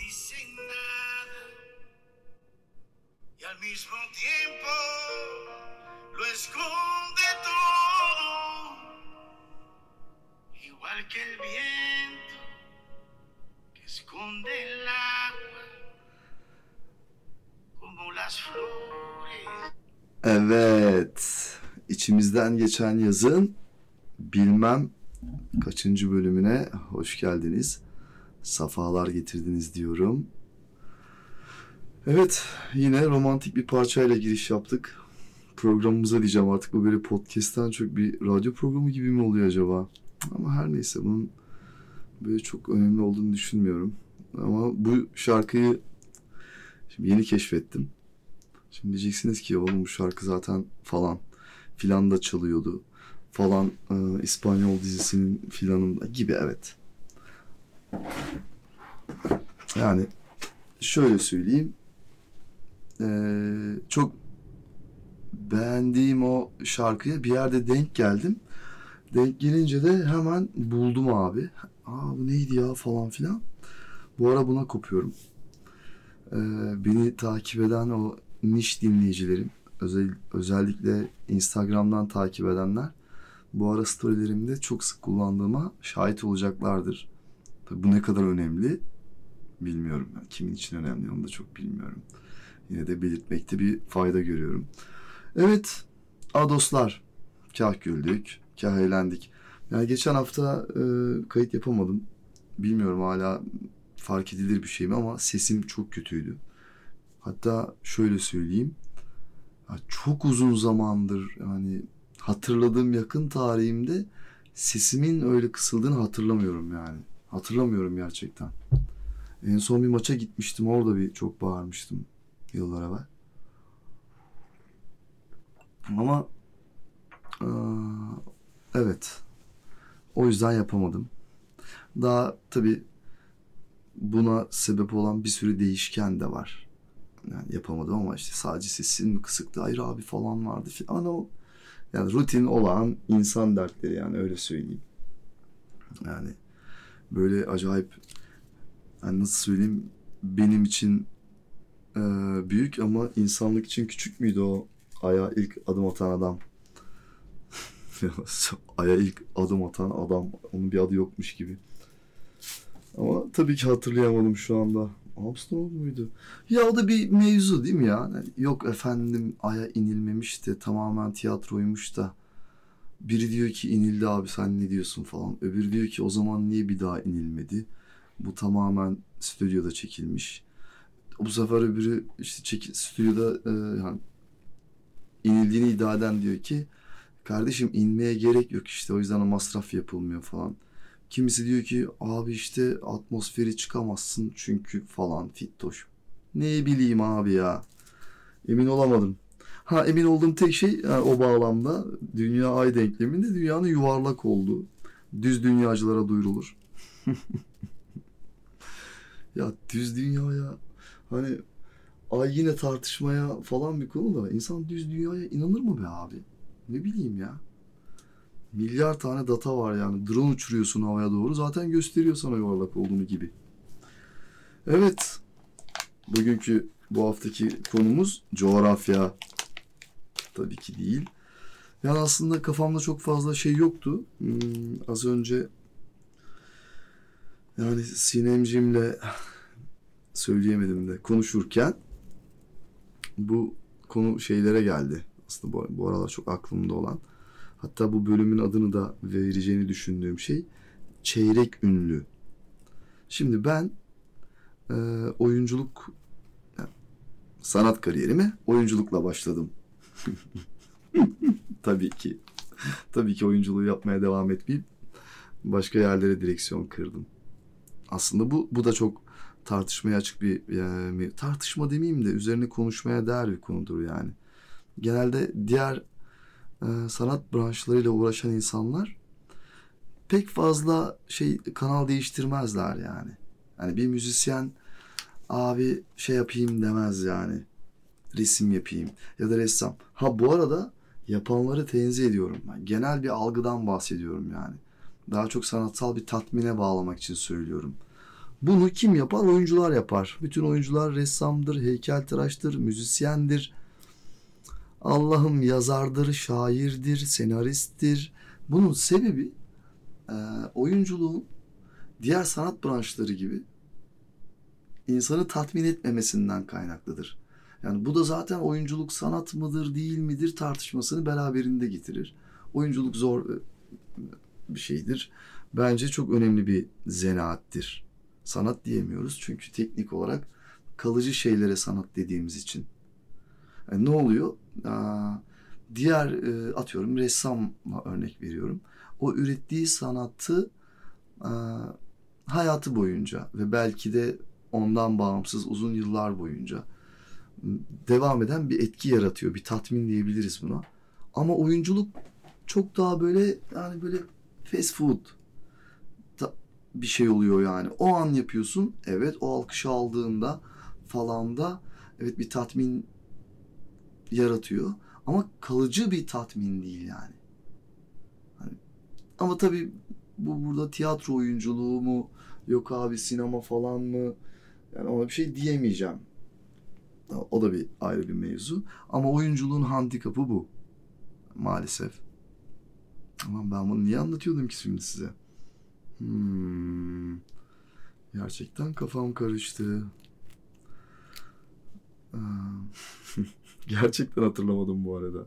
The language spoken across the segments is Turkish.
dicen nada y al mismo tiempo lo esconde todo, igual que el viento que esconde el agua, como las flores. Evet, içimizden geçen yazın bilmem kaçıncı bölümüne hoş geldiniz. Safalar getirdiniz diyorum. Evet, yine romantik bir parçayla giriş yaptık. Programımıza diyeceğim, artık bu böyle podcast'ten çok bir radyo programı gibi mi oluyor acaba? Ama her neyse, bunun böyle çok önemli olduğunu düşünmüyorum. Ama bu şarkıyı şimdi yeni keşfettim. Şimdi diyeceksiniz ki oğlum bu şarkı zaten falan filan da çalıyordu. Falan İspanyol dizisinin filanında gibi, evet. Yani şöyle söyleyeyim. Çok beğendiğim o şarkıya bir yerde denk geldim. Denk gelince de hemen buldum abi. Bu neydi ya falan filan. Bu ara buna kopuyorum. Beni takip eden o niş dinleyicilerim, özellikle Instagram'dan takip edenler bu ara storylerimde çok sık kullandığıma şahit olacaklardır. Tabii bu ne kadar önemli bilmiyorum. Yani kimin için önemli onu da çok bilmiyorum. Yine de belirtmekte bir fayda görüyorum. Evet, dostlar. Kah güldük, kah eğlendik. Yani geçen hafta kayıt yapamadım. Bilmiyorum hala fark edilir bir şey mi ama sesim çok kötüydü. Hatta şöyle söyleyeyim. Çok uzun zamandır, yani hatırladığım yakın tarihimde sesimin öyle kısıldığını hatırlamıyorum yani. Hatırlamıyorum gerçekten. En son bir maça gitmiştim, orada bir çok bağırmıştım yıllar evvel. Ama evet, o yüzden yapamadım. Daha tabii buna sebep olan bir sürü değişken de var. Yani yapamadım ama işte sadece sesin mi kısıktı, hayır abi falan vardı falan, o yani rutin olan insan dertleri, yani öyle söyleyeyim. Yani böyle acayip, yani nasıl söyleyeyim, benim için büyük ama insanlık için küçük müydü o Ay'a ilk adım atan adam? Ay'a ilk adım atan adam, onun bir adı yokmuş gibi. Ama tabii ki hatırlayamadım şu anda. Armstrong muydu? Ya o da bir mevzu değil mi ya? Yani yok efendim, Ay'a inilmemiş de tamamen tiyatroymuş da. Biri diyor ki inildi abi, sen ne diyorsun falan. Öbürü diyor ki o zaman niye bir daha inilmedi? Bu tamamen stüdyoda çekilmiş. Bu sefer öbürü işte stüdyoda yani inildiğini iddia eden diyor ki kardeşim inmeye gerek yok, işte o yüzden o masraf yapılmıyor falan. Kimisi diyor ki abi işte atmosferi çıkamazsın çünkü falan fittoş. Ne bileyim abi ya. Emin olamadım. Emin olduğum tek şey yani o bağlamda dünya ay denkleminde dünyanın yuvarlak olduğu. Düz dünyacılara duyurulur. Ya düz dünyaya, hani ay yine tartışmaya falan bir konu da insan düz dünyaya inanır mı be abi? Ne bileyim ya. Milyar tane data var yani. Drone uçuruyorsun havaya doğru, zaten gösteriyor sana yuvarlak olduğunu gibi. Evet. Bugünkü, bu haftaki konumuz coğrafya. Tabii ki değil. Yani aslında kafamda çok fazla şey yoktu. Az önce yani Sinemcimle söyleyemedim de konuşurken bu konu şeylere geldi. Aslında bu aralar çok aklımda olan. Hatta bu bölümün adını da vereceğini düşündüğüm şey çeyrek ünlü. Şimdi ben oyunculuk, yani sanat kariyerime oyunculukla başladım. Tabii ki. Tabii ki oyunculuğu yapmaya devam etmeyip başka yerlere direksiyon kırdım. Aslında bu da çok tartışmaya açık bir, yani tartışma demeyeyim de üzerine konuşmaya değer bir konudur yani. Genelde diğer sanat branşlarıyla uğraşan insanlar pek fazla kanal değiştirmezler yani. Yani bir müzisyen abi şey yapayım demez yani. Resim yapayım ya da ressam. Bu arada yapanları tenzih ediyorum ben. Genel bir algıdan bahsediyorum yani. Daha çok sanatsal bir tatmine bağlamak için söylüyorum. Bunu kim yapar? Oyuncular yapar. Bütün oyuncular ressamdır, heykeltıraştır, müzisyendir. Allah'ım yazardır, şairdir, senaristtir. Bunun sebebi oyunculuğun diğer sanat branşları gibi insanı tatmin etmemesinden kaynaklıdır. Yani bu da zaten oyunculuk sanat mıdır değil midir tartışmasını beraberinde getirir. Oyunculuk zor bir şeydir. Bence çok önemli bir zanaattir. Sanat diyemiyoruz çünkü teknik olarak kalıcı şeylere sanat dediğimiz için. Yani ne oluyor? Diğer atıyorum ressamla örnek veriyorum. O ürettiği sanatı hayatı boyunca ve belki de ondan bağımsız uzun yıllar boyunca devam eden bir etki yaratıyor. Bir tatmin diyebiliriz buna. Ama oyunculuk çok daha böyle yani böyle fast food bir şey oluyor yani. O an yapıyorsun. Evet, o alkışı aldığında falan da evet bir tatmin yaratıyor. Ama kalıcı bir tatmin değil yani. Hani, ama tabii bu burada tiyatro oyunculuğu mu yok abi sinema falan mı? Yani ona bir şey diyemeyeceğim. O da bir ayrı bir mevzu. Ama oyunculuğun handikapı bu. Maalesef. Ama ben bunu niye anlatıyordum ki şimdi size? Gerçekten kafam karıştı. Gerçekten hatırlamadım bu arada.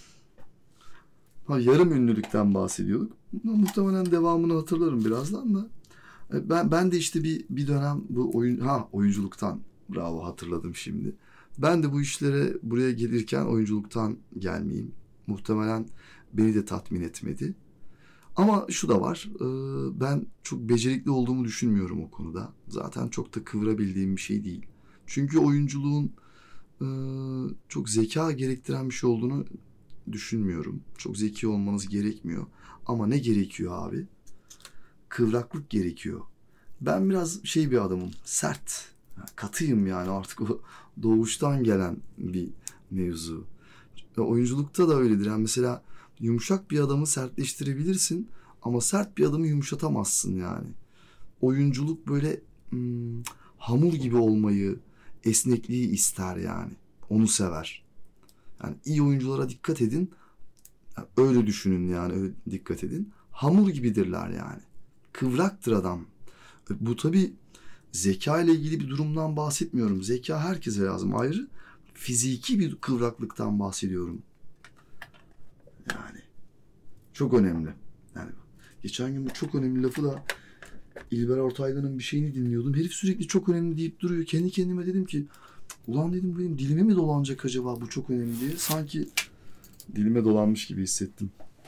Yarım ünlülükten bahsediyorduk. Muhtemelen devamını hatırlarım birazdan da. Ben de işte bir dönem bu oyunculuktan bravo hatırladım şimdi. Ben de bu işlere buraya gelirken oyunculuktan gelmeyeyim. Muhtemelen beni de tatmin etmedi. Ama şu da var. Ben çok becerikli olduğumu düşünmüyorum o konuda. Zaten çok da kıvırabildiğim bir şey değil. Çünkü oyunculuğun çok zeka gerektiren bir şey olduğunu düşünmüyorum. Çok zeki olmanız gerekmiyor. Ama ne gerekiyor abi? Kıvraklık gerekiyor. Ben biraz bir adamım. Sert. Katıyım yani artık o doğuştan gelen bir mevzu. Oyunculukta da öyledir. Yani mesela yumuşak bir adamı sertleştirebilirsin ama sert bir adamı yumuşatamazsın yani. Oyunculuk böyle hamur gibi olmayı, esnekliği ister yani. Onu sever. Yani iyi oyunculara dikkat edin. Yani öyle düşünün yani öyle dikkat edin. Hamur gibidirler yani. Kıvraktır adam. Bu tabii zeka ile ilgili bir durumdan bahsetmiyorum. Zeka herkese lazım ayrı. Fiziki bir kıvraklıktan bahsediyorum. Yani çok önemli. Yani geçen gün bu çok önemli lafı da İlber Ortaylı'nın bir şeyini dinliyordum. Herif sürekli çok önemli deyip duruyor. Kendi kendime dedim ki ulan dedim benim dilime mi dolanacak acaba bu çok önemli diye. Sanki dilime dolanmış gibi hissettim.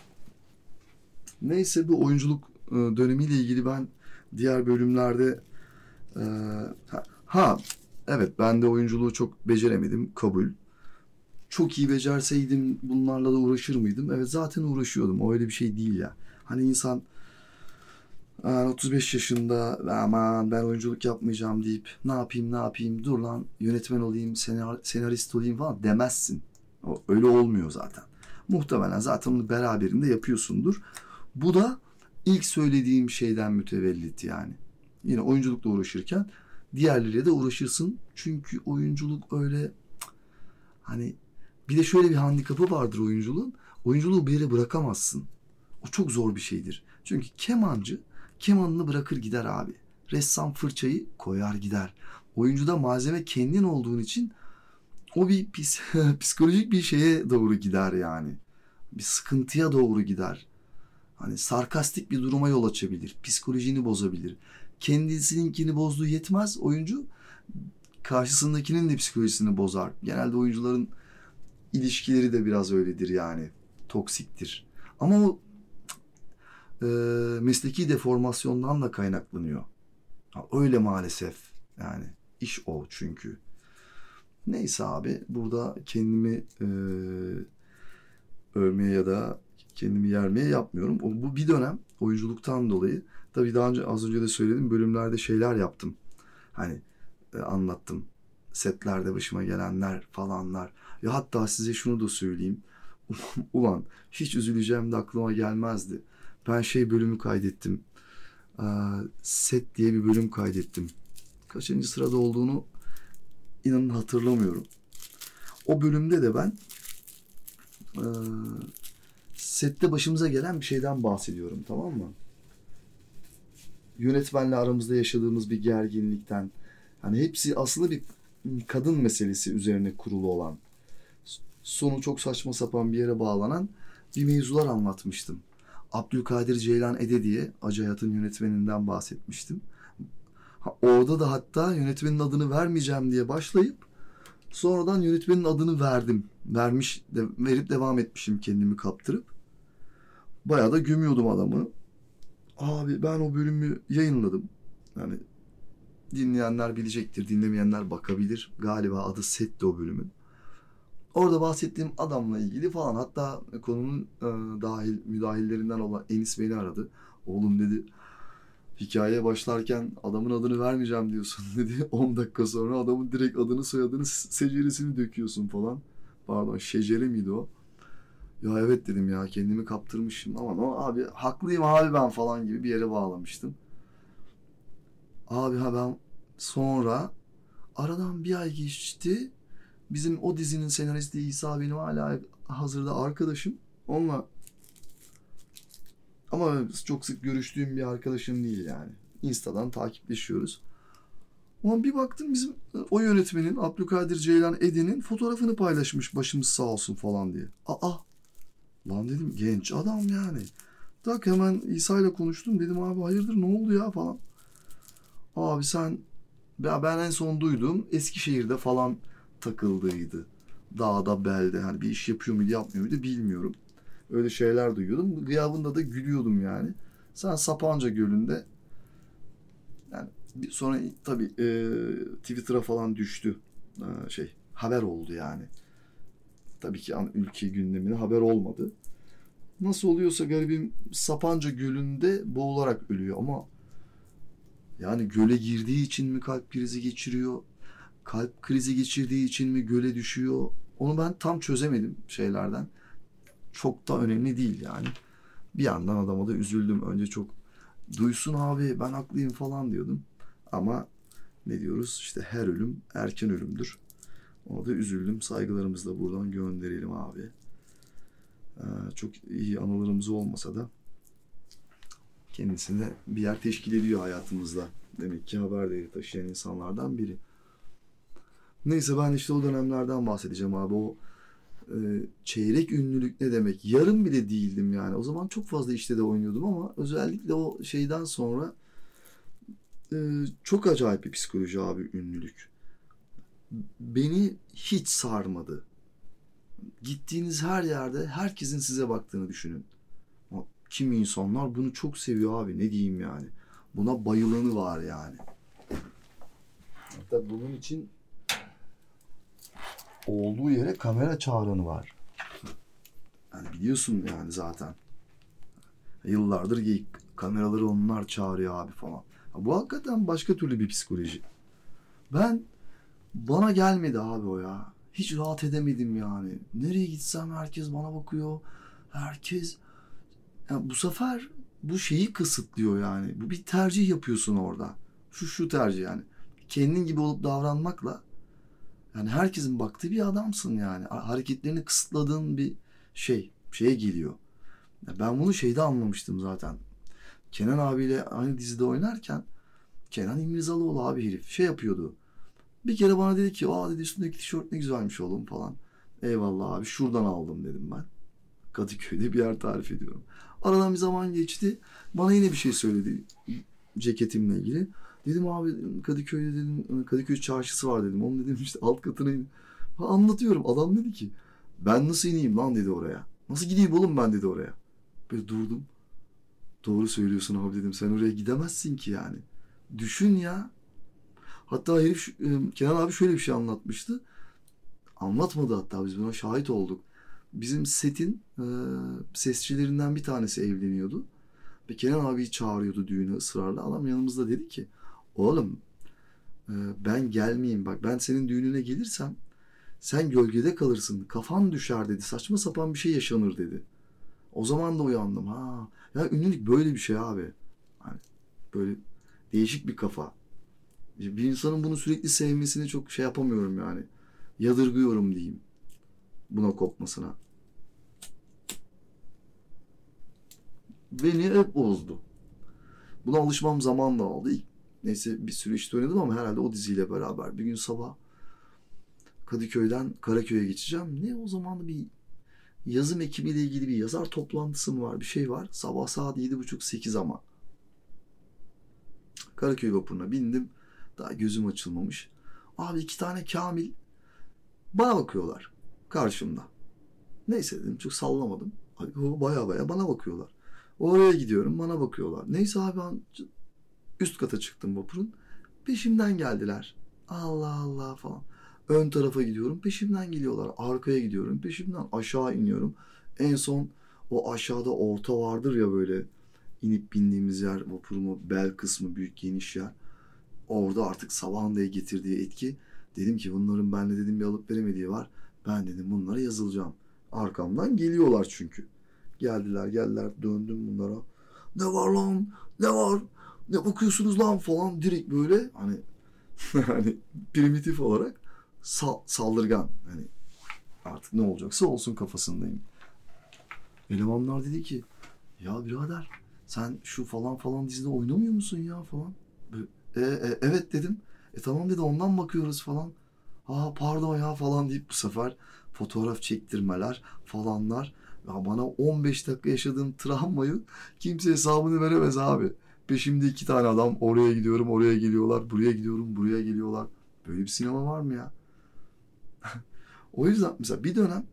Neyse bu oyunculuk dönemiyle ilgili ben diğer bölümlerde evet ben de oyunculuğu çok beceremedim kabul. Çok iyi becerseydim bunlarla da uğraşır mıydım? Evet zaten uğraşıyordum. O öyle bir şey değil ya. Hani insan 35 yaşında aman ben oyunculuk yapmayacağım deyip ne yapayım dur lan yönetmen olayım senarist olayım falan demezsin. Öyle olmuyor zaten. Muhtemelen zaten onu beraberinde yapıyorsundur. Bu da ilk söylediğim şeyden mütevellit yani. Yine oyunculukla uğraşırken diğerleriyle de uğraşırsın. Çünkü oyunculuk öyle hani bir de şöyle bir handikapı vardır oyunculuğun. Oyunculuğu bir yere bırakamazsın. O çok zor bir şeydir. Çünkü kemancı kemanını bırakır gider abi. Ressam fırçayı koyar gider. Oyuncuda malzeme kendin olduğun için o bir psikolojik bir şeye doğru gider yani. Bir sıkıntıya doğru gider. Hani sarkastik bir duruma yol açabilir. Psikolojini bozabilir. Kendisininkini bozduğu yetmez oyuncu. Karşısındakinin de psikolojisini bozar. Genelde oyuncuların ilişkileri de biraz öyledir yani. Toksiktir. Ama o mesleki deformasyondan da kaynaklanıyor. Öyle maalesef. Yani iş o çünkü. Neyse abi burada kendimi övmeye ya da kendimi yermeye yapmıyorum. Bu bir dönem oyunculuktan dolayı. Tabii daha önce az önce de söyledim bölümlerde şeyler yaptım. Hani anlattım. Setlerde başıma gelenler falanlar. Ya hatta size şunu da söyleyeyim. Ulan hiç üzüleceğim de aklıma gelmezdi. Ben bölümü kaydettim. Set diye bir bölüm kaydettim. Kaçıncı sırada olduğunu inanın hatırlamıyorum. O bölümde de ben sette başımıza gelen bir şeyden bahsediyorum, tamam mı? Yönetmenle aramızda yaşadığımız bir gerginlikten. Hani hepsi aslında bir kadın meselesi üzerine kurulu olan, sonu çok saçma sapan bir yere bağlanan bir mevzular anlatmıştım. Abdülkadir Ceylan Ede diye Acı Hayat'ın yönetmeninden bahsetmiştim. Orada da hatta yönetmenin adını vermeyeceğim diye başlayıp sonradan yönetmenin adını verdim. Verip devam etmişim kendimi kaptırıp. Bayağı da gömüyordum adamı. Abi ben o bölümü yayınladım. Yani dinleyenler bilecektir, dinlemeyenler bakabilir. Galiba adı Set'ti o bölümün. Orada bahsettiğim adamla ilgili falan, hatta konunun müdahillerinden olan Enis beni aradı. Oğlum dedi, hikayeye başlarken adamın adını vermeyeceğim diyorsun dedi. 10 dakika sonra adamın direkt adını soyadını seceresini döküyorsun falan. Pardon, şecere miydi o? Ya evet dedim, ya kendimi kaptırmışım ama o abi haklıyım abi ben falan gibi bir yere bağlamıştım. Abi ben sonra aradan bir ay geçti. Bizim o dizinin senaristi İsa benim hala hazırda arkadaşım. Onunla ama çok sık görüştüğüm bir arkadaşım değil yani. Insta'dan takipleşiyoruz. Ama bir baktım bizim o yönetmenin Abdülkadir Ceylan Ede'nin fotoğrafını paylaşmış, başımız sağ olsun falan diye. Lan dedim, genç adam yani. Tak hemen İsa ile konuştum, dedim abi hayırdır ne oldu ya falan. Abi ben en son duyduğum Eskişehir'de falan takıldığıydı. Dağda, belde, hani bir iş yapıyor muydu yapmıyor muydu bilmiyorum. Öyle şeyler duyuyordum. Gıyabında da gülüyordum yani. Sen Sapanca Gölü'nde, yani sonra tabii Twitter'a falan düştü. Haber oldu yani. Tabii ki ülke gündemine haber olmadı. Nasıl oluyorsa garibim Sapanca Gölü'nde boğularak ölüyor ama yani göle girdiği için mi kalp krizi geçiriyor? Kalp krizi geçirdiği için mi göle düşüyor? Onu ben tam çözemedim şeylerden. Çok da önemli değil yani. Bir yandan adama da üzüldüm. Önce çok duysun abi ben haklıyım falan diyordum. Ama ne diyoruz? İşte her ölüm erken ölümdür. Ona da üzüldüm. Saygılarımızı da buradan gönderelim abi. Çok iyi anılarımız olmasa da kendisinde bir yer teşkil ediyor hayatımızda. Demek ki haber değeri taşıyan insanlardan biri. Neyse ben işte o dönemlerden bahsedeceğim abi. O çeyrek ünlülük ne demek? Yarım bile değildim yani. O zaman çok fazla işte de oynuyordum ama özellikle o şeyden sonra çok acayip bir psikoloji abi ünlülük. Beni hiç sarmadı. Gittiğiniz her yerde herkesin size baktığını düşünün. Kimi insanlar bunu çok seviyor abi, ne diyeyim yani. Buna bayılanı var yani. Hatta bunun için olduğu yere kamera çağıranı var. Yani biliyorsun yani zaten. Yıllardır kameraları onlar çağırıyor abi falan. Bu hakikaten başka türlü bir psikoloji. Bana gelmedi abi o ya. Hiç rahat edemedim yani. Nereye gitsem herkes bana bakıyor. Herkes... Yani bu sefer bu şeyi kısıtlıyor yani. Bu bir tercih yapıyorsun orada. Şu tercih yani. Kendin gibi olup davranmakla yani herkesin baktığı bir adamsın yani. Hareketlerini kısıtladığın bir şeye geliyor. Ben bunu şeyde anlamıştım zaten. Kenan abiyle aynı dizide oynarken Kenan İmirzalıoğlu abi herif yapıyordu. Bir kere bana dedi ki dedi üstündeki tişört ne güzelmiş oğlum falan. Eyvallah abi şuradan aldım dedim ben. Kadıköy'de bir yer tarif ediyorum. Aradan bir zaman geçti. Bana yine bir şey söyledi ceketimle ilgili. Dedim abi Kadıköy'de dedim Kadıköy çarşısı var dedim. Onu dedim işte alt katına in. Anlatıyorum. Adam dedi ki ben nasıl ineyim lan dedi oraya. Nasıl gideyim oğlum ben dedi oraya. Böyle durdum. Doğru söylüyorsun abi dedim. Sen oraya gidemezsin ki yani. Düşün ya. Hatta herif Kenan abi şöyle bir şey anlatmıştı. Anlatmadı hatta biz buna şahit olduk. Bizim setin sesçilerinden bir tanesi evleniyordu. Ve Kenan abiyi çağırıyordu düğüne ısrarla. Adam yanımızda dedi ki oğlum ben gelmeyeyim bak ben senin düğününe gelirsem sen gölgede kalırsın. Kafan düşer dedi. Saçma sapan bir şey yaşanır dedi. O zaman da uyandım. Ya ünlülük böyle bir şey abi. Hani Böyle değişik bir kafa. Bir insanın bunu sürekli sevmesini çok şey yapamıyorum yani. Yadırgıyorum diyeyim buna kopmasına. Beni hep bozdu. Buna alışmam zaman da aldı. Neyse bir sürü işte oynadım ama herhalde o diziyle beraber. Bir gün sabah Kadıköy'den Karaköy'e geçeceğim. Ne o zaman da bir yazım ekibiyle ilgili bir yazar toplantısı mı var, bir şey var. Sabah saat 7.30-8 ama. Karaköy vapuruna bindim. Daha gözüm açılmamış. Abi 2 tane Kamil bana bakıyorlar karşımda. Neyse dedim, çok sallamadım. Baya baya bana bakıyorlar. Oraya gidiyorum, bana bakıyorlar. Neyse abi ben üst kata çıktım vapurun. Peşimden geldiler. Allah Allah falan. Ön tarafa gidiyorum, peşimden geliyorlar. Arkaya gidiyorum, peşimden aşağı iniyorum. En son o aşağıda orta vardır ya, böyle inip bindiğimiz yer, vapurun bel kısmı, büyük geniş yer. Orada artık sabahın da getirdiği etki. Dedim ki bunların benimle dedim bir alıp veremediği var. Ben dedim bunlara yazılacağım. Arkamdan geliyorlar çünkü. Geldiler döndüm bunlara. Ne var lan? Ne var? Ne bakıyorsunuz lan falan, direkt böyle hani hani primitif olarak saldırgan. Hani artık ne olacaksa olsun kafasındayım. Elemanlar dedi ki ya birader sen şu falan falan dizide oynamıyor musun ya falan. Evet dedim. Tamam dedi, ondan bakıyoruz falan. Pardon ya falan deyip bu sefer fotoğraf çektirmeler falanlar. Ya bana 15 dakika yaşadığım travmayı kimse hesabını veremez abi. Peşimde 2 tane adam, oraya gidiyorum, oraya geliyorlar, buraya gidiyorum, buraya geliyorlar. Böyle bir sinema var mı ya? O yüzden mesela bir dönem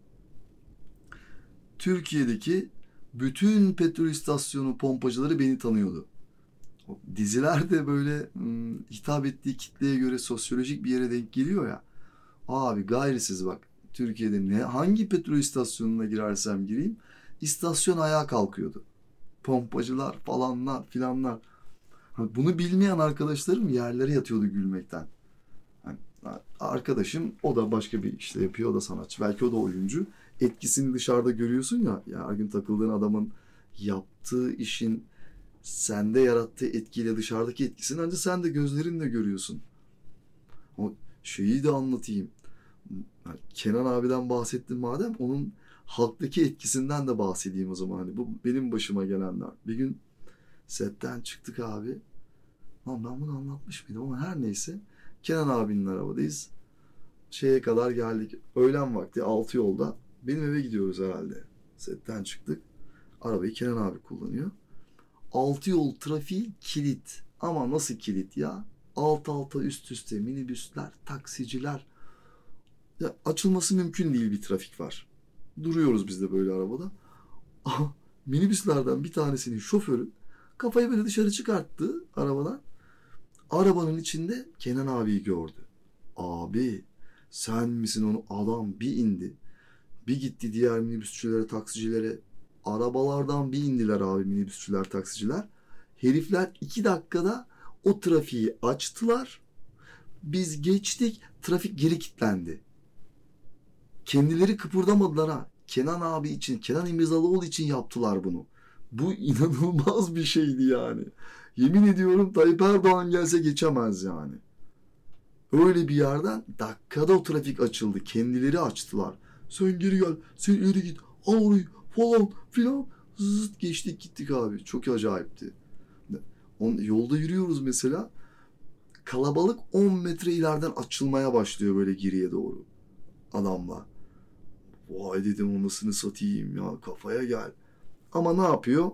Türkiye'deki bütün petrol istasyonu pompacıları beni tanıyordu. O diziler de böyle hitap ettiği kitleye göre sosyolojik bir yere denk geliyor ya. Abi gayrisiz bak, Türkiye'de hangi petrol istasyonuna girersem gireyim istasyon ayağa kalkıyordu. Pompacılar falanlar filanlar. Bunu bilmeyen arkadaşlarım yerlere yatıyordu gülmekten. Hani arkadaşım o da başka bir işte yapıyor, o da sanatçı, belki o da oyuncu. Etkisini dışarıda görüyorsun ya, her gün takıldığın adamın yaptığı işin sende yarattığı etkiyle dışarıdaki etkisini ancak sen de gözlerinle görüyorsun. O şeyi de anlatayım. Kenan abiden bahsettim madem, onun halktaki etkisinden de bahsedeyim o zaman. Hani bu benim başıma gelenler. Bir gün setten çıktık abi. Lan ben bunu anlatmış mıydım ama her neyse. Kenan abinin arabadayız. Şeye kadar geldik. Öğlen vakti 6 yolda. Benim eve gidiyoruz herhalde. Setten çıktık. Arabayı Kenan abi kullanıyor. 6 yol trafiği kilit. Ama nasıl kilit ya? Alt alta üst üste minibüsler, taksiciler. Ya açılması mümkün değil bir trafik var. Duruyoruz biz de böyle arabada. Minibüslerden bir tanesinin şoförü kafayı böyle dışarı çıkarttı arabadan. Arabanın içinde Kenan abiyi gördü. Abi sen misin onu? Adam bir indi. Bir gitti diğer minibüsçülere, taksicilere. Arabalardan bir indiler abi minibüsçüler, taksiciler. Herifler 2 dakikada o trafiği açtılar. Biz geçtik, trafik geri kilitlendi. Kendileri kıpırdamadılar ha. Kenan abi için, Kenan İmirzalıoğlu için yaptılar bunu. Bu inanılmaz bir şeydi yani. Yemin ediyorum Tayyip Erdoğan gelse geçemez yani. Öyle bir yerden dakikada o trafik açıldı. Kendileri açtılar. Sen geri gel, sen ileri git, al orayı falan filan. Zıt geçtik gittik abi. Çok acayipti. Yolda yürüyoruz mesela. Kalabalık 10 metre ileriden açılmaya başlıyor böyle geriye doğru adamla. Vay dedim, anasını satayım ya, kafaya gel. Ama ne yapıyor?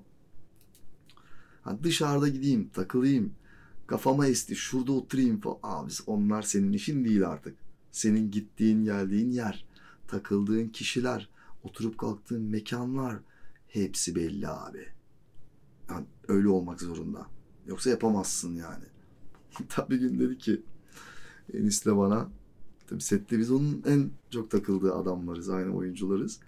Dışarıda gideyim, takılayım. Kafama esti, şurada oturayım falan. Abi onlar senin işin değil artık. Senin gittiğin, geldiğin yer, takıldığın kişiler, oturup kalktığın mekanlar hepsi belli abi. Yani öyle olmak zorunda. Yoksa yapamazsın yani. Tabii gün dedi ki Enis'le bana, tabii sette biz onun en çok takıldığı adamlarız, aynı oyuncularız.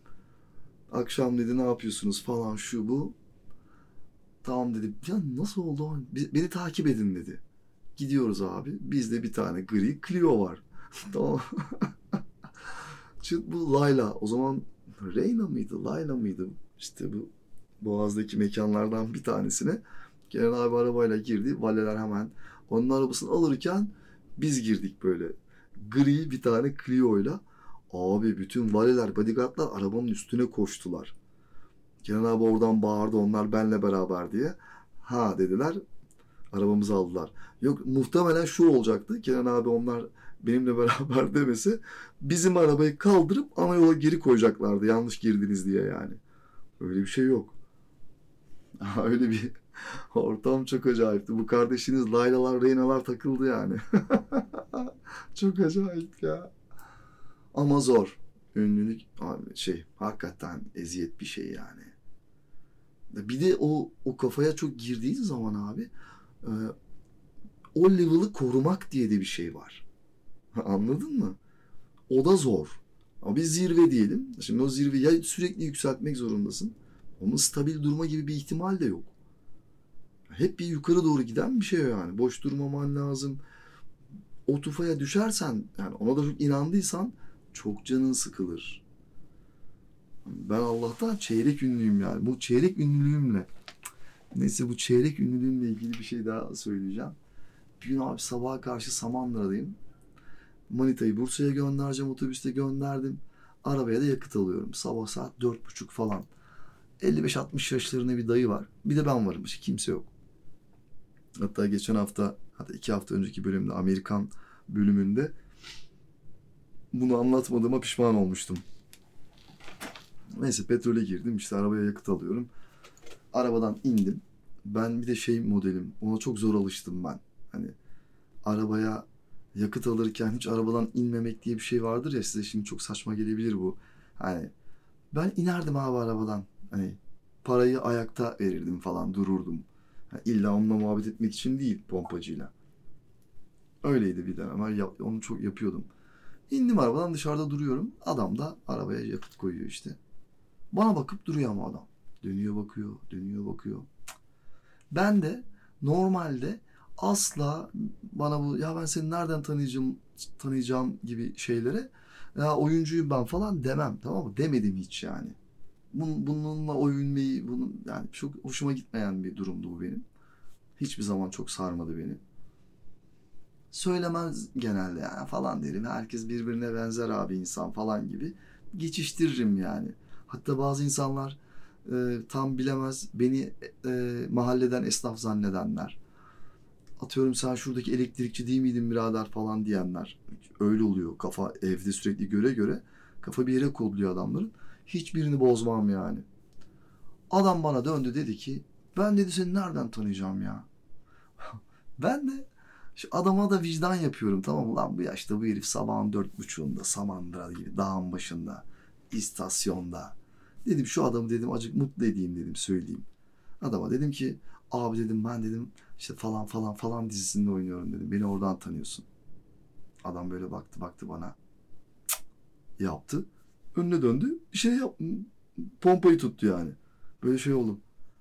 Akşam dedi ne yapıyorsunuz falan şu bu. Tamam dedi. Ya nasıl oldu? Beni takip edin dedi. Gidiyoruz abi. Bizde bir tane gri Clio var. Tamam. Şimdi bu Layla. O zaman Reyna mıydı? Layla mıydı? İşte bu Boğaz'daki mekanlardan bir tanesine Kenan abi arabayla girdi. Valeler hemen onun arabasını alırken biz girdik böyle. Gri bir tane Clio'yla. Abi bütün valeler, bodyguardlar arabanın üstüne koştular. Kenan abi oradan bağırdı, onlar benle beraber diye. Ha dediler, arabamızı aldılar. Yok, muhtemelen şu olacaktı. Kenan abi onlar benimle beraber demesi, bizim arabayı kaldırıp ana yola geri koyacaklardı. Yanlış girdiniz diye yani. Öyle bir şey yok. Öyle bir ortam çok acayipti. Bu kardeşiniz Laylalar, Reynalar takıldı yani. Çok acayip ya. Ama zor. Ünlülük abi hakikaten eziyet bir şey yani. Bir de o kafaya çok girdiğin zaman abi o level'ı korumak diye de bir şey var. Anladın mı? O da zor. Ama bir zirve diyelim. Şimdi o zirveyi ya sürekli yükseltmek zorundasın. Onun stabil durma gibi bir ihtimal de yok. Hep bir yukarı doğru giden bir şey yani. Boş durmaman lazım. O tufaya düşersen, yani ona da çok inandıysan çok canın sıkılır. Ben Allah'tan çeyrek ünlüyüm yani. Bu çeyrek ünlülüğümle, neyse, bu çeyrek ünlülüğümle ilgili bir şey daha söyleyeceğim. Bir gün abi sabaha karşı Samandıra'dayım. Manita'yı Bursa'ya göndereceğim. Otobüste gönderdim. Arabaya da yakıt alıyorum. Sabah saat 4.30 falan. 55-60 yaşlarında bir dayı var. Bir de ben varım. Kimse yok. Hatta geçen hafta, hatta 2 hafta önceki bölümde, Amerikan bölümünde bunu anlatmadığıma pişman olmuştum. Neyse petrole girdim. İşte arabaya yakıt alıyorum. Arabadan indim. Ben bir de modelim. Ona çok zor alıştım ben. Hani arabaya yakıt alırken hiç arabadan inmemek diye bir şey vardır ya, size şimdi çok saçma gelebilir bu. Hani ben inerdim abi arabadan. Hani parayı ayakta verirdim falan, dururdum. Yani illa onunla muhabbet etmek için değil, pompacıyla. Öyleydi bir dönem. Onu çok yapıyordum. İndim arabadan, dışarıda duruyorum. Adam da arabaya yakıt koyuyor işte. Bana bakıp duruyor ama adam. Dönüyor bakıyor, dönüyor bakıyor. Ben de normalde asla bana bu ya ben seni nereden tanıyacağım gibi şeylere, ya oyuncuyum ben falan demem, tamam mı? Demedim hiç yani. Bununla övünmeyi, yani çok hoşuma gitmeyen bir durumdu bu benim. Hiçbir zaman çok sarmadı beni. Söylemez genelde ya falan derim. Herkes birbirine benzer abi, insan falan gibi. Geçiştiririm yani. Hatta bazı insanlar tam bilemez beni, mahalleden esnaf zannedenler. Atıyorum sen şuradaki elektrikçi değil miydin birader falan diyenler. Öyle oluyor. Kafa evde sürekli göre kafa bir yere kodluyor adamların. Hiçbirini bozmam yani. Adam bana döndü, dedi ki ben dedi seni nereden tanıyacağım ya? Ben de şu adama da vicdan yapıyorum, tamam mı? Lan bu yaşta bu herif sabahın 4.30'unda Samandıra gibi dağın başında, istasyonda. Dedim şu adamı dedim acık mutlu edeyim dedim, söyleyeyim. Adama dedim ki abi dedim ben dedim işte falan falan falan dizisinde oynuyorum dedim. Beni oradan tanıyorsun. Adam böyle baktı bana. Yaptı. Önüne döndü. Pompayı tuttu yani. Böyle şey oldum.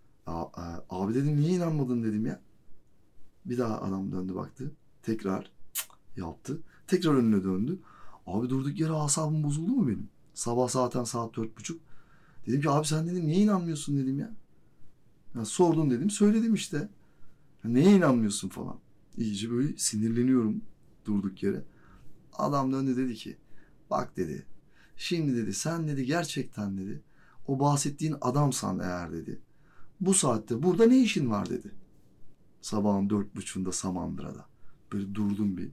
Abi dedim niye inanmadın dedim ya. Bir daha adam döndü baktı. Tekrar yaptı. Tekrar önüne döndü. Abi durduk yere asabım bozuldu mu benim? Sabah zaten saat 4.30. Dedim ki abi sen dedim niye inanmıyorsun dedim ya. Ya sordun dedim, söyledim işte. Ya neye inanmıyorsun falan. İyice böyle sinirleniyorum durduk yere. Adam döndü dedi ki bak dedi. Şimdi dedi sen dedi gerçekten dedi o bahsettiğin adamsan eğer dedi. Bu saatte burada ne işin var dedi. Sabahın 4.30'unda Samandıra'da. Böyle durdum bir.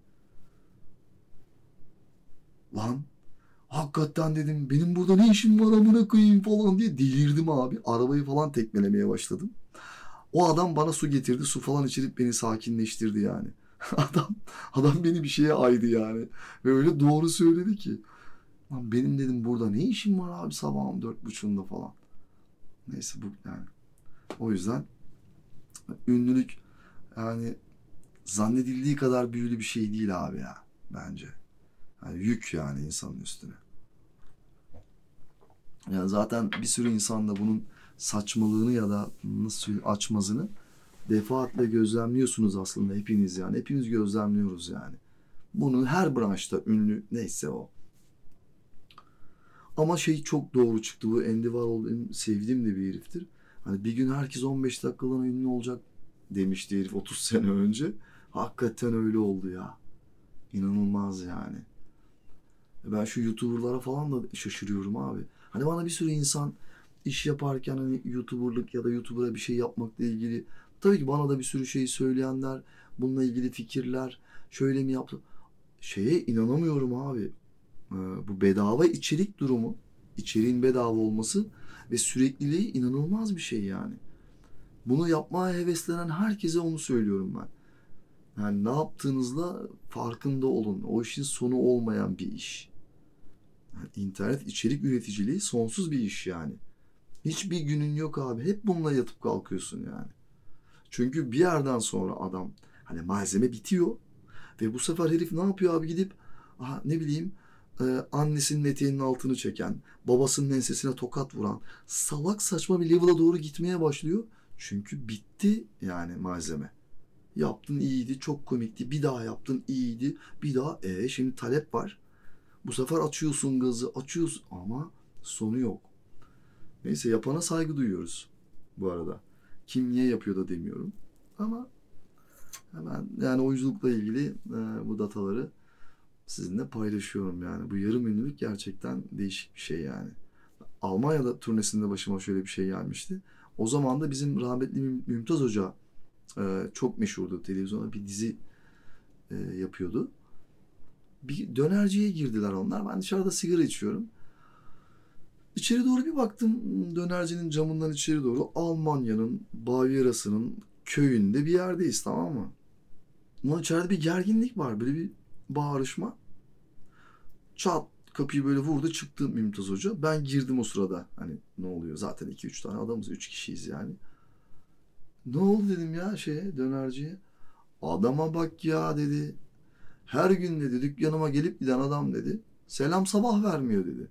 Lan hakikaten dedim benim burada ne işim var amına koyayım falan diye delirdim abi. Arabayı falan tekmelemeye başladım. O adam bana su getirdi. Su falan içirip beni sakinleştirdi yani. Adam adam beni bir şeye aydı yani. Ve öyle doğru söyledi ki. Lan benim dedim burada ne işim var abi sabahın 4.30'unda falan. Neyse bu yani. O yüzden ünlülük yani zannedildiği kadar büyülü bir şey değil abi ya bence. Yani yük yani insanın üstüne. Yani zaten bir sürü insan da bunun saçmalığını ya da nasıl açmazını defaatle gözlemliyorsunuz aslında hepiniz yani. Hepimiz gözlemliyoruz yani. Bunun her branşta ünlü neyse o. Ama çok doğru çıktı. Bu Andy Warhol benim sevdiğim de bir heriftir. Hani bir gün herkes 15 dakikalığına ünlü olacak demişti herif 30 sene önce. Hakikaten öyle oldu ya. İnanılmaz yani. Ben şu YouTuber'lara falan da şaşırıyorum abi. Hani bana bir sürü insan iş yaparken hani YouTuber'lık ya da YouTuber'a bir şey yapmakla ilgili tabii ki bana da bir sürü şey söyleyenler, bununla ilgili fikirler, şöyle mi yaptı? Şeye inanamıyorum abi. Bu bedava içerik durumu, içeriğin bedava olması ve sürekliliği inanılmaz bir şey yani. Bunu yapmaya heveslenen herkese onu söylüyorum ben. Yani ne yaptığınızla farkında olun. O işin sonu olmayan bir iş. Yani internet içerik üreticiliği sonsuz bir iş yani. Hiçbir günün yok abi. Hep bununla yatıp kalkıyorsun yani. Çünkü bir yerden sonra adam hani malzeme bitiyor ve bu sefer herif ne yapıyor abi gidip ne bileyim annesinin eteğinin altını çeken, babasının ensesine tokat vuran salak saçma bir level'a doğru gitmeye başlıyor. Çünkü bitti yani malzeme. Yaptın iyiydi, çok komikti. Bir daha yaptın iyiydi. Bir daha şimdi talep var. Bu sefer açıyorsun gazı, açıyorsun ama sonu yok. Neyse yapana saygı duyuyoruz bu arada. Kim niye yapıyor da demiyorum. Ama hemen yani oyunculukla ilgili bu dataları sizinle paylaşıyorum yani. Bu yarım ünlülük gerçekten değişik bir şey yani. Almanya'da turnesinde başıma şöyle bir şey gelmişti. O zaman da bizim rahmetli Mümtaz Hoca çok meşhurdu. Televizyonda bir dizi yapıyordu. Bir dönerciye girdiler onlar. Ben dışarıda sigara içiyorum. İçeri doğru bir baktım dönercinin camından içeri doğru Almanya'nın Bavyera'sının köyünde bir yerdeyiz, tamam mı? Ama içeride bir gerginlik var, böyle bir bağırışma. Çat kapıyı böyle vurdu çıktı Mümtaz Hoca. Ben girdim o sırada. Hani ne oluyor zaten 2-3 tane adamız, 3 kişiyiz yani. Ne oldu dedim ya dönerciye. Adama bak ya dedi. Her gün dedi dükkanıma gelip giden adam dedi. Selam sabah vermiyor dedi.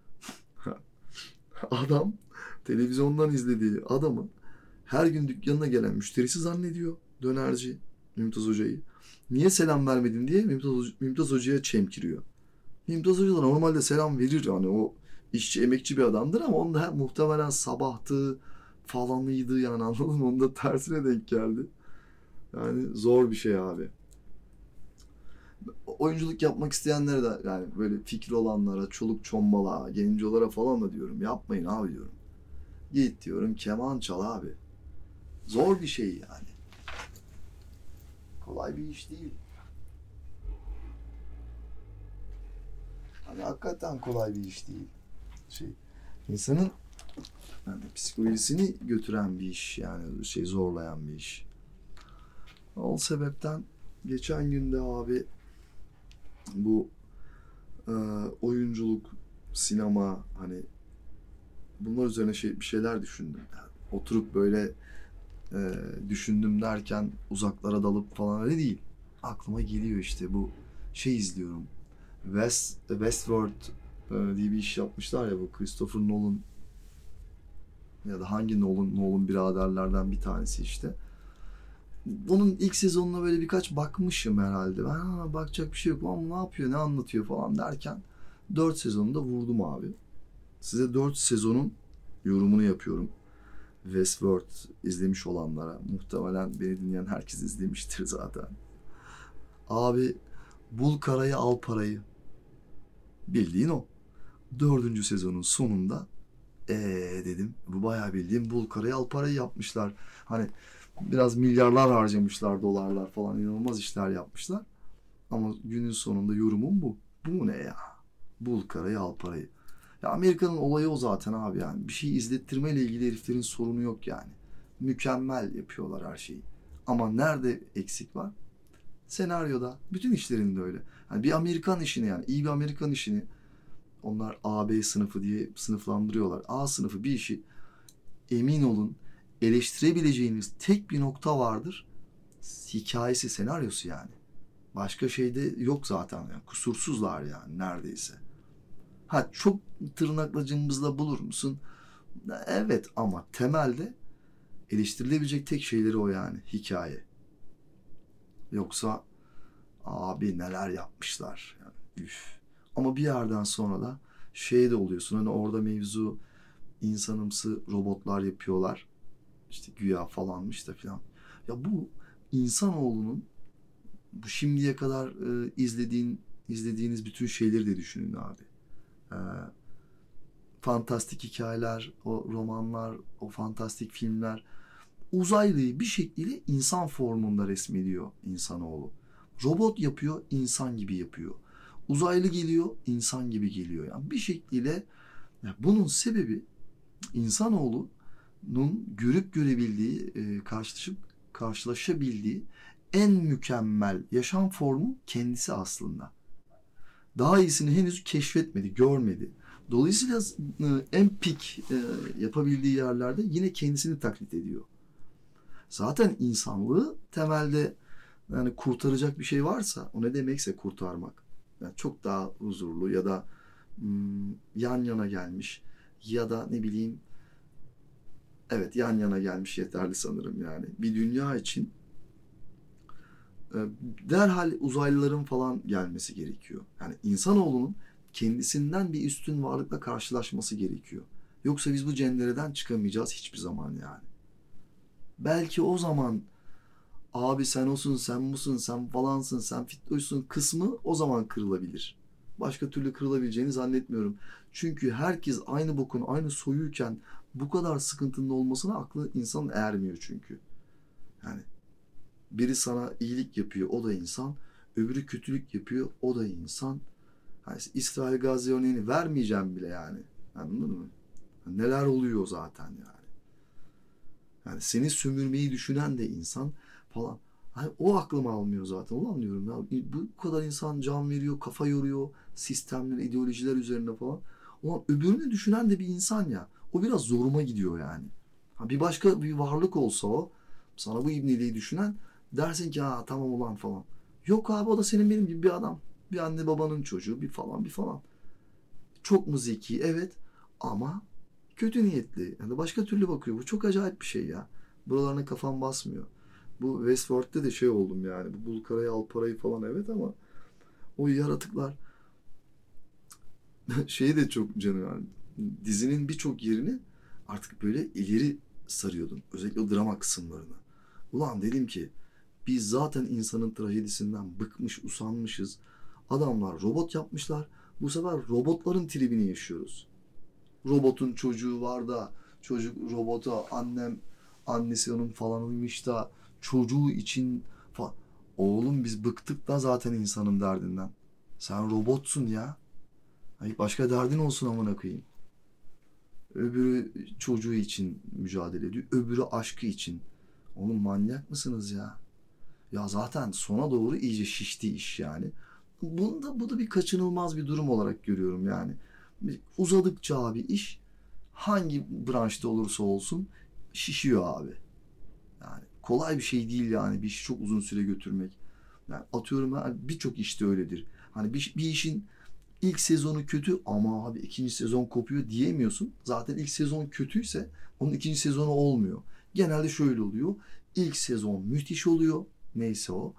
Adam televizyondan izlediği adamı her gün dükkanına gelen müşterisi zannediyor dönerci Mümtaz Hoca'yı. Niye selam vermedin diye Mümtaz Hoca'ya çemkiriyor. Mümtaz Hoca da normalde selam verir yani, o işçi emekçi bir adamdır ama onda muhtemelen sabahtı falanıydı yani, anladın mı? Onda tersine denk geldi. Yani zor bir şey abi. Oyunculuk yapmak isteyenlere de yani böyle fikri olanlara, çoluk çombala, gencolara falan da diyorum yapmayın abi diyorum. Git diyorum keman çal abi. Zor bir şey yani. Kolay bir iş değil. Hani hakikaten kolay bir iş değil. İnsanın yani psikolojisini götüren bir iş yani, zorlayan bir iş. O sebepten geçen günde abi bu oyunculuk, sinema hani bunlar üzerine bir şeyler düşündüm. Yani oturup böyle düşündüm derken uzaklara dalıp falan öyle değil. Aklıma geliyor işte bu izliyorum. Westworld diye bir iş yapmışlar ya, bu Christopher Nolan ya da hangi Nolan biraderlerden bir tanesi işte. Onun ilk sezonuna böyle birkaç bakmışım herhalde. Ben bakacak bir şey yok ama ne yapıyor, ne anlatıyor falan derken 4 sezonunu da vurdum abi. Size 4 sezonun yorumunu yapıyorum. Westworld izlemiş olanlara, muhtemelen beni dinleyen herkes izlemiştir zaten. Abi bul karayı al parayı. Bildiğin o. 4. sezonun sonunda dedim bu bayağı bildiğim bul karayı al parayı yapmışlar. Hani biraz milyarlar harcamışlar, dolarlar falan, inanılmaz işler yapmışlar. Ama günün sonunda yorumum bu. Bu ne ya? Bul karayı al parayı. Ya Amerika'nın olayı o zaten abi yani. Bir şey izlettirmeyle ilgili heriflerin sorunu yok yani. Mükemmel yapıyorlar her şeyi. Ama nerede eksik var? Senaryoda. Bütün işlerinde öyle. Yani bir Amerikan işini, yani iyi bir Amerikan işini onlar A, B sınıfı diye sınıflandırıyorlar. A sınıfı bir işi, emin olun, eleştirebileceğiniz tek bir nokta vardır. Hikayesi, senaryosu yani. Başka şey de yok zaten yani. Kusursuzlar yani neredeyse. Ha çok tırnakla cımbızla bulur musun? Evet ama temelde eleştirilebilecek tek şeyleri o yani. Hikaye. Yoksa abi neler yapmışlar. Yani, üf. Ama bir yerden sonra da de oluyorsun. Hani orada mevzu insanımsı robotlar yapıyorlar. İşte güya falanmış da filan. Ya bu insanoğlunun bu şimdiye kadar izlediğiniz bütün şeyleri de düşünün abi. E, Fantastik hikayeler, o romanlar, o fantastik filmler uzaylıyı bir şekilde insan formunda resmediyor insanoğlu. Robot yapıyor, insan gibi yapıyor. Uzaylı geliyor, insan gibi geliyor. Yani bir şekilde bunun sebebi insanoğlunun görüp görebildiği, karşılaşabildiği en mükemmel yaşam formu kendisi aslında. Daha iyisini henüz keşfetmedi, görmedi. Dolayısıyla en pik yapabildiği yerlerde yine kendisini taklit ediyor. Zaten insanlığı temelde yani kurtaracak bir şey varsa, o ne demekse kurtarmak. Yani çok daha huzurlu ya da yan yana gelmiş ya da ne bileyim, evet, yan yana gelmiş yeterli sanırım yani. Bir dünya için e, derhal uzaylıların falan gelmesi gerekiyor. Yani insanoğlunun kendisinden bir üstün varlıkla karşılaşması gerekiyor. Yoksa biz bu cendereden çıkamayacağız hiçbir zaman yani. Belki o zaman abi sen olsun, sen busun, sen falansın, sen fitloysun kısmı o zaman kırılabilir. Başka türlü kırılabileceğini zannetmiyorum. Çünkü herkes aynı bokun, aynı soyuyken bu kadar sıkıntının olmasına aklı insan ermiyor çünkü. Yani biri sana iyilik yapıyor, o da insan. Öbürü kötülük yapıyor, o da insan. Yani İsrail Gazze örneğini vermeyeceğim bile yani. Anladın mı? Neler oluyor zaten yani. Yani seni sömürmeyi düşünen de insan falan. Hani o aklıma almıyor zaten. Ulan diyorum ya, bu kadar insan can veriyor, kafa yoruyor sistemler, ideolojiler üzerine falan. Ulan öbürünü düşünen de bir insan ya. O biraz zoruma gidiyor yani. Ha, bir başka bir varlık olsa o, sana bu ibneliği düşünen, dersin ki ha tamam ulan falan. Yok abi, o da senin benim gibi bir adam. Bir anne babanın çocuğu, bir falan bir falan. Çok mu zeki? Evet. Ama kötü niyetli. Yani başka türlü bakıyor. Bu çok acayip bir şey ya. Buralarına kafam basmıyor. Bu Westworld'de de şey oldum yani. Bu bul karayı al parayı falan, evet, ama o yaratıklar şeyi de çok canım yani. Dizinin birçok yerini artık böyle ileri sarıyordum. Özellikle o drama kısımlarını. Ulan dedim ki biz zaten insanın trajedisinden bıkmış, usanmışız. Adamlar robot yapmışlar. Bu sefer robotların tribini yaşıyoruz. Robotun çocuğu var da çocuk robota, annesi onun falanıymış da çocuğu için falan. Oğlum biz bıktık da zaten insanın derdinden. Sen robotsun ya. Hayır, başka derdin olsun amına koyayım. Öbürü çocuğu için mücadele ediyor. Öbürü aşkı için. Oğlum manyak mısınız ya? Ya zaten sona doğru iyice şişti iş yani. Bu da bir kaçınılmaz bir durum olarak görüyorum yani. Uzadıkça abi iş hangi branşta olursa olsun şişiyor abi. Yani kolay bir şey değil yani bir işi çok uzun süre götürmek. Yani atıyorum birçok işte öyledir. Hani bir işin ilk sezonu kötü ama abi ikinci sezon kopuyor diyemiyorsun. Zaten ilk sezon kötüyse onun ikinci sezonu olmuyor. Genelde şöyle oluyor. İlk sezon müthiş oluyor. Neyse o.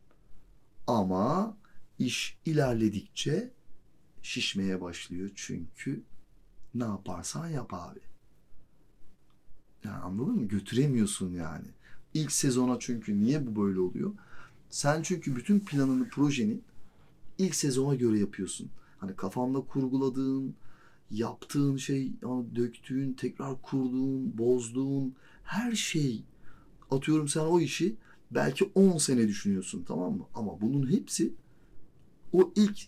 Ama iş ilerledikçe şişmeye başlıyor. Çünkü ne yaparsan yap abi. Yani anladın mı? Götüremiyorsun yani. İlk sezona, çünkü niye bu böyle oluyor? Sen çünkü bütün planını, projeni ilk sezona göre yapıyorsun. Hani kafanda kurguladığın, yaptığın şey, yani döktüğün, tekrar kurduğun, bozduğun her şey. Atıyorum sen o işi belki 10 sene düşünüyorsun, tamam mı? Ama bunun hepsi o ilk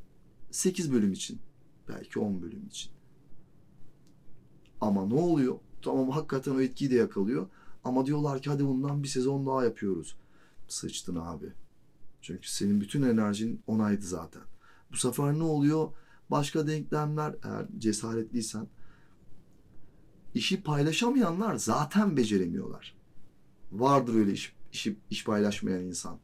8 bölüm için. Belki 10 bölüm için. Ama ne oluyor? Tamam, hakikaten o etkiyi de yakalıyor. Ama diyorlar ki hadi bundan bir sezon daha yapıyoruz. Sıçtın abi. Çünkü senin bütün enerjin onaydı zaten. Bu sefer ne oluyor? Başka denklemler, eğer cesaretliysen, işi paylaşamayanlar zaten beceremiyorlar. Vardır öyle iş paylaşmayan insan.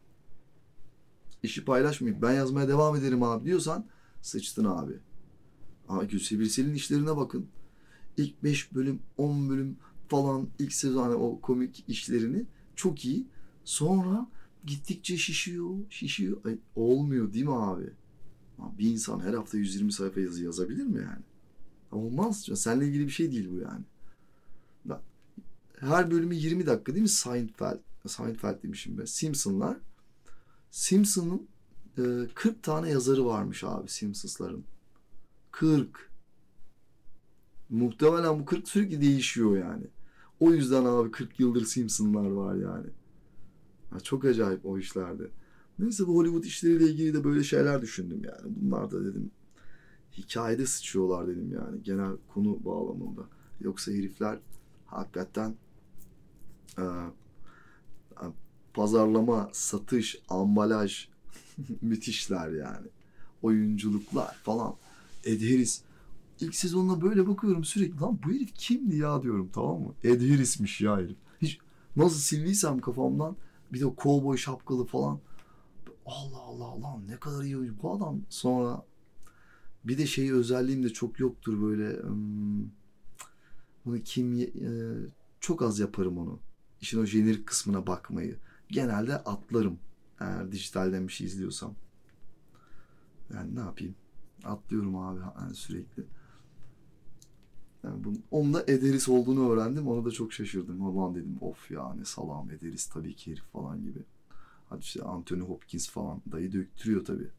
İşi paylaşmayıp ben yazmaya devam ederim abi diyorsan sıçtın abi. Ama Gülse Birsel'in işlerine bakın. İlk 5 bölüm, 10 bölüm falan ilk sezon, hani o komik işlerini çok iyi. Sonra gittikçe şişiyor, şişiyor. Ay, olmuyor değil mi abi? Bir insan her hafta 120 sayfa yazı yazabilir mi yani? Olmaz. Seninle ilgili bir şey değil bu yani. Her bölümü 20 dakika değil mi? Seinfeld. Seinfeld demişim be. Simpsonlar. Simpson'ın 40 tane yazarı varmış abi Simpsons'ların. 40. Muhtemelen bu 40 sürekli değişiyor yani. O yüzden abi 40 yıldır Simpsonlar var yani. Ha, çok acayip o işlerde. Neyse bu Hollywood işleriyle ilgili de böyle şeyler düşündüm yani. Bunlar da dedim hikayede sıçıyorlar dedim yani genel konu bağlamında. Yoksa herifler hakikaten e, pazarlama, satış, ambalaj müthişler yani. Oyunculuklar falan. Ed Harris. İlk sezonuna böyle bakıyorum sürekli. Lan bu herif kimdi ya diyorum, tamam mı? Ed Harris'miş ya herif. Hiç nasıl sildiysem kafamdan. Bir de o kovboy şapkalı falan. Allah Allah lan ne kadar iyi oyuncu. Bu adam sonra bir de şey özelliğim de çok yoktur böyle. Bunu çok az yaparım onu. İşin o jenerik kısmına bakmayı. Genelde atlarım. Eğer dijitalden bir şey izliyorsam. Yani ne yapayım? Atlıyorum abi yani sürekli. Yani onun da Ed Harris olduğunu öğrendim. Ona da çok şaşırdım. Aman dedim of ya ne salam Ed Harris tabii ki herif falan gibi. Hadi işte Anthony Hopkins falan. Dayı döktürüyor tabii.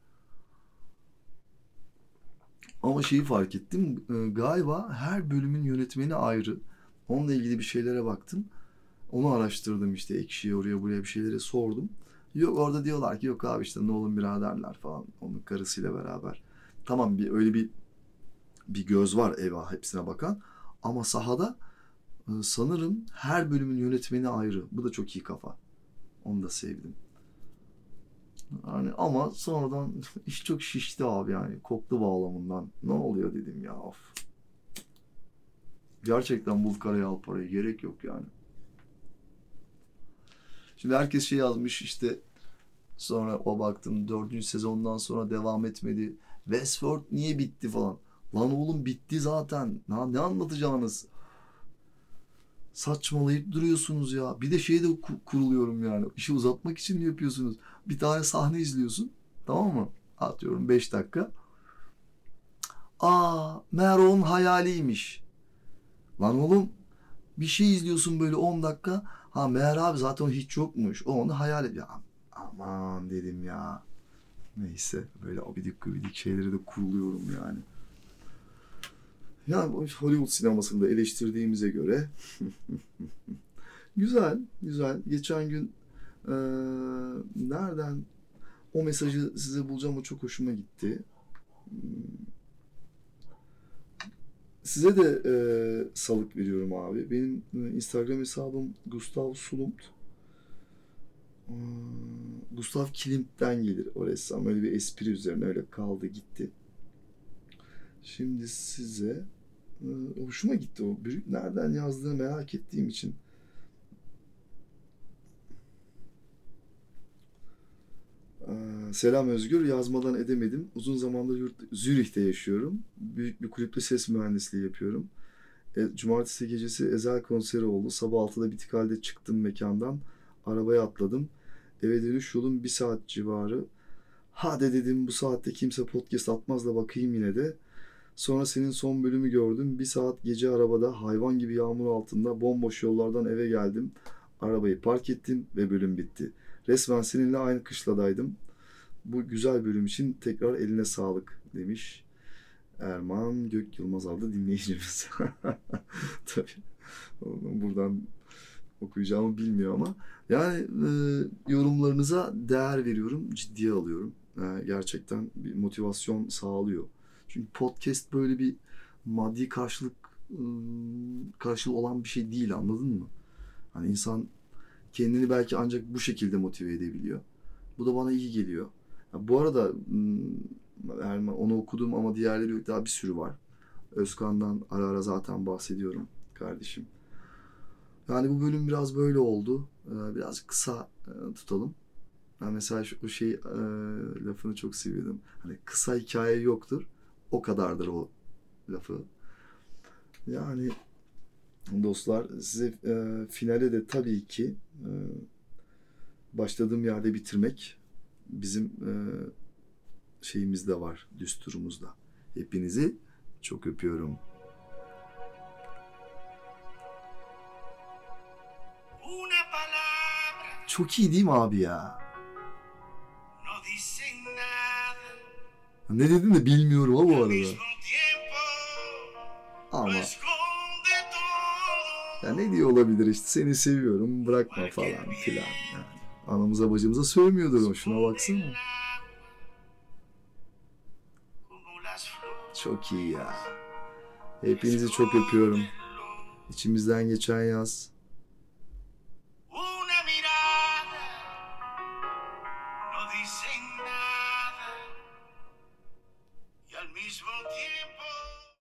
Ama şeyi fark ettim. Galiba her bölümün yönetmeni ayrı. Onunla ilgili bir şeylere baktım. Onu araştırdım işte Ekşi'ye oraya buraya bir şeylere sordum. Yok orada diyorlar ki yok abi işte Nolan biraderler falan onun karısıyla beraber. Tamam bir öyle bir göz var eyvah hepsine bakan. Ama sahada sanırım her bölümün yönetmeni ayrı. Bu da çok iyi kafa. Onu da sevdim. Yani ama sonradan iş çok şişti abi yani. Koktu bağlamından. Ne oluyor dedim ya of. Gerçekten bul karayı al parayı. Gerek yok yani. Şimdi herkes şey yazmış işte sonra o baktım 4. sezondan sonra devam etmedi. Westworld niye bitti falan. Lan oğlum bitti zaten. Ne anlatacağınız? Saçmalayıp duruyorsunuz ya. Bir de şey de kuruluyorum yani. İşi uzatmak için mi yapıyorsunuz? Bir tane sahne izliyorsun. Tamam mı? Atıyorum 5 dakika. Meğer onun hayaliymiş. Lan oğlum bir şey izliyorsun böyle 10 dakika. Ha meğer abi zaten o hiç yokmuş. O onu hayal ediyor. Aman dedim ya. Neyse böyle abidik gubidik şeyleri de kuruluyorum yani. Yani Hollywood sinemasını da eleştirdiğimize göre güzel, güzel. Geçen gün eee, nereden o mesajı size bulacağım o çok hoşuma gitti. Size de salık veriyorum abi. Benim Instagram hesabım Gustav Sulumt. Gustav Klimt'ten gelir o ressam. Öyle bir espri üzerine öyle kaldı gitti. Şimdi size hoşuma gitti o. Nereden yazdığını merak ettiğim için. Selam Özgür. Yazmadan edemedim. Uzun zamandır Zürih'te yaşıyorum. Büyük bir kulüpte ses mühendisliği yapıyorum. Cumartesi gecesi Ezel konseri oldu. Sabah 6'da bitik halde çıktım mekandan. Arabaya atladım. Eve dönüş yolum 1 saat civarı. Hadi dedim bu saatte kimse podcast atmaz da bakayım yine de. Sonra senin son bölümü gördüm. 1 saat gece arabada hayvan gibi yağmur altında bomboş yollardan eve geldim. Arabayı park ettim ve bölüm bitti. Resmen seninle aynı kışladaydım. Bu güzel bölüm için tekrar eline sağlık demiş. Erman Gök Yılmaz adlı dinleyicimiz. Tabii. Buradan okuyacağımı bilmiyor ama. Yani yorumlarınıza değer veriyorum. Ciddiye alıyorum. Gerçekten bir motivasyon sağlıyor. Çünkü podcast böyle bir maddi karşılığı olan bir şey değil anladın mı? Hani insan kendini belki ancak bu şekilde motive edebiliyor. Bu da bana iyi geliyor. Ya bu arada Erman onu okudum ama diğerleri yok. Daha bir sürü var. Özkan'dan ara ara zaten bahsediyorum kardeşim. Yani bu bölüm biraz böyle oldu. Biraz kısa tutalım. Ben mesela o lafını çok seviyordum. Hani kısa hikaye yoktur. O kadardır o lafı. Yani dostlar size finale de tabii ki başladığım yerde bitirmek bizim şeyimizde var, düsturumuzda. Hepinizi çok öpüyorum. Una palabra Çok iyi değil mi abi ya? no dicen nada. Ne dedin de bilmiyorum ama bu Al arada. mismo tiempo Ama lo esconde todo. ya ne diyor olabilir işte, seni seviyorum bırakma falan filan yani. Anamıza bacımıza sövmüyordur o, şuna baksana. El agua, como las flores Çok iyi ya. Hepinizi çok öpüyorum. del lodo. İçimizden geçen yaz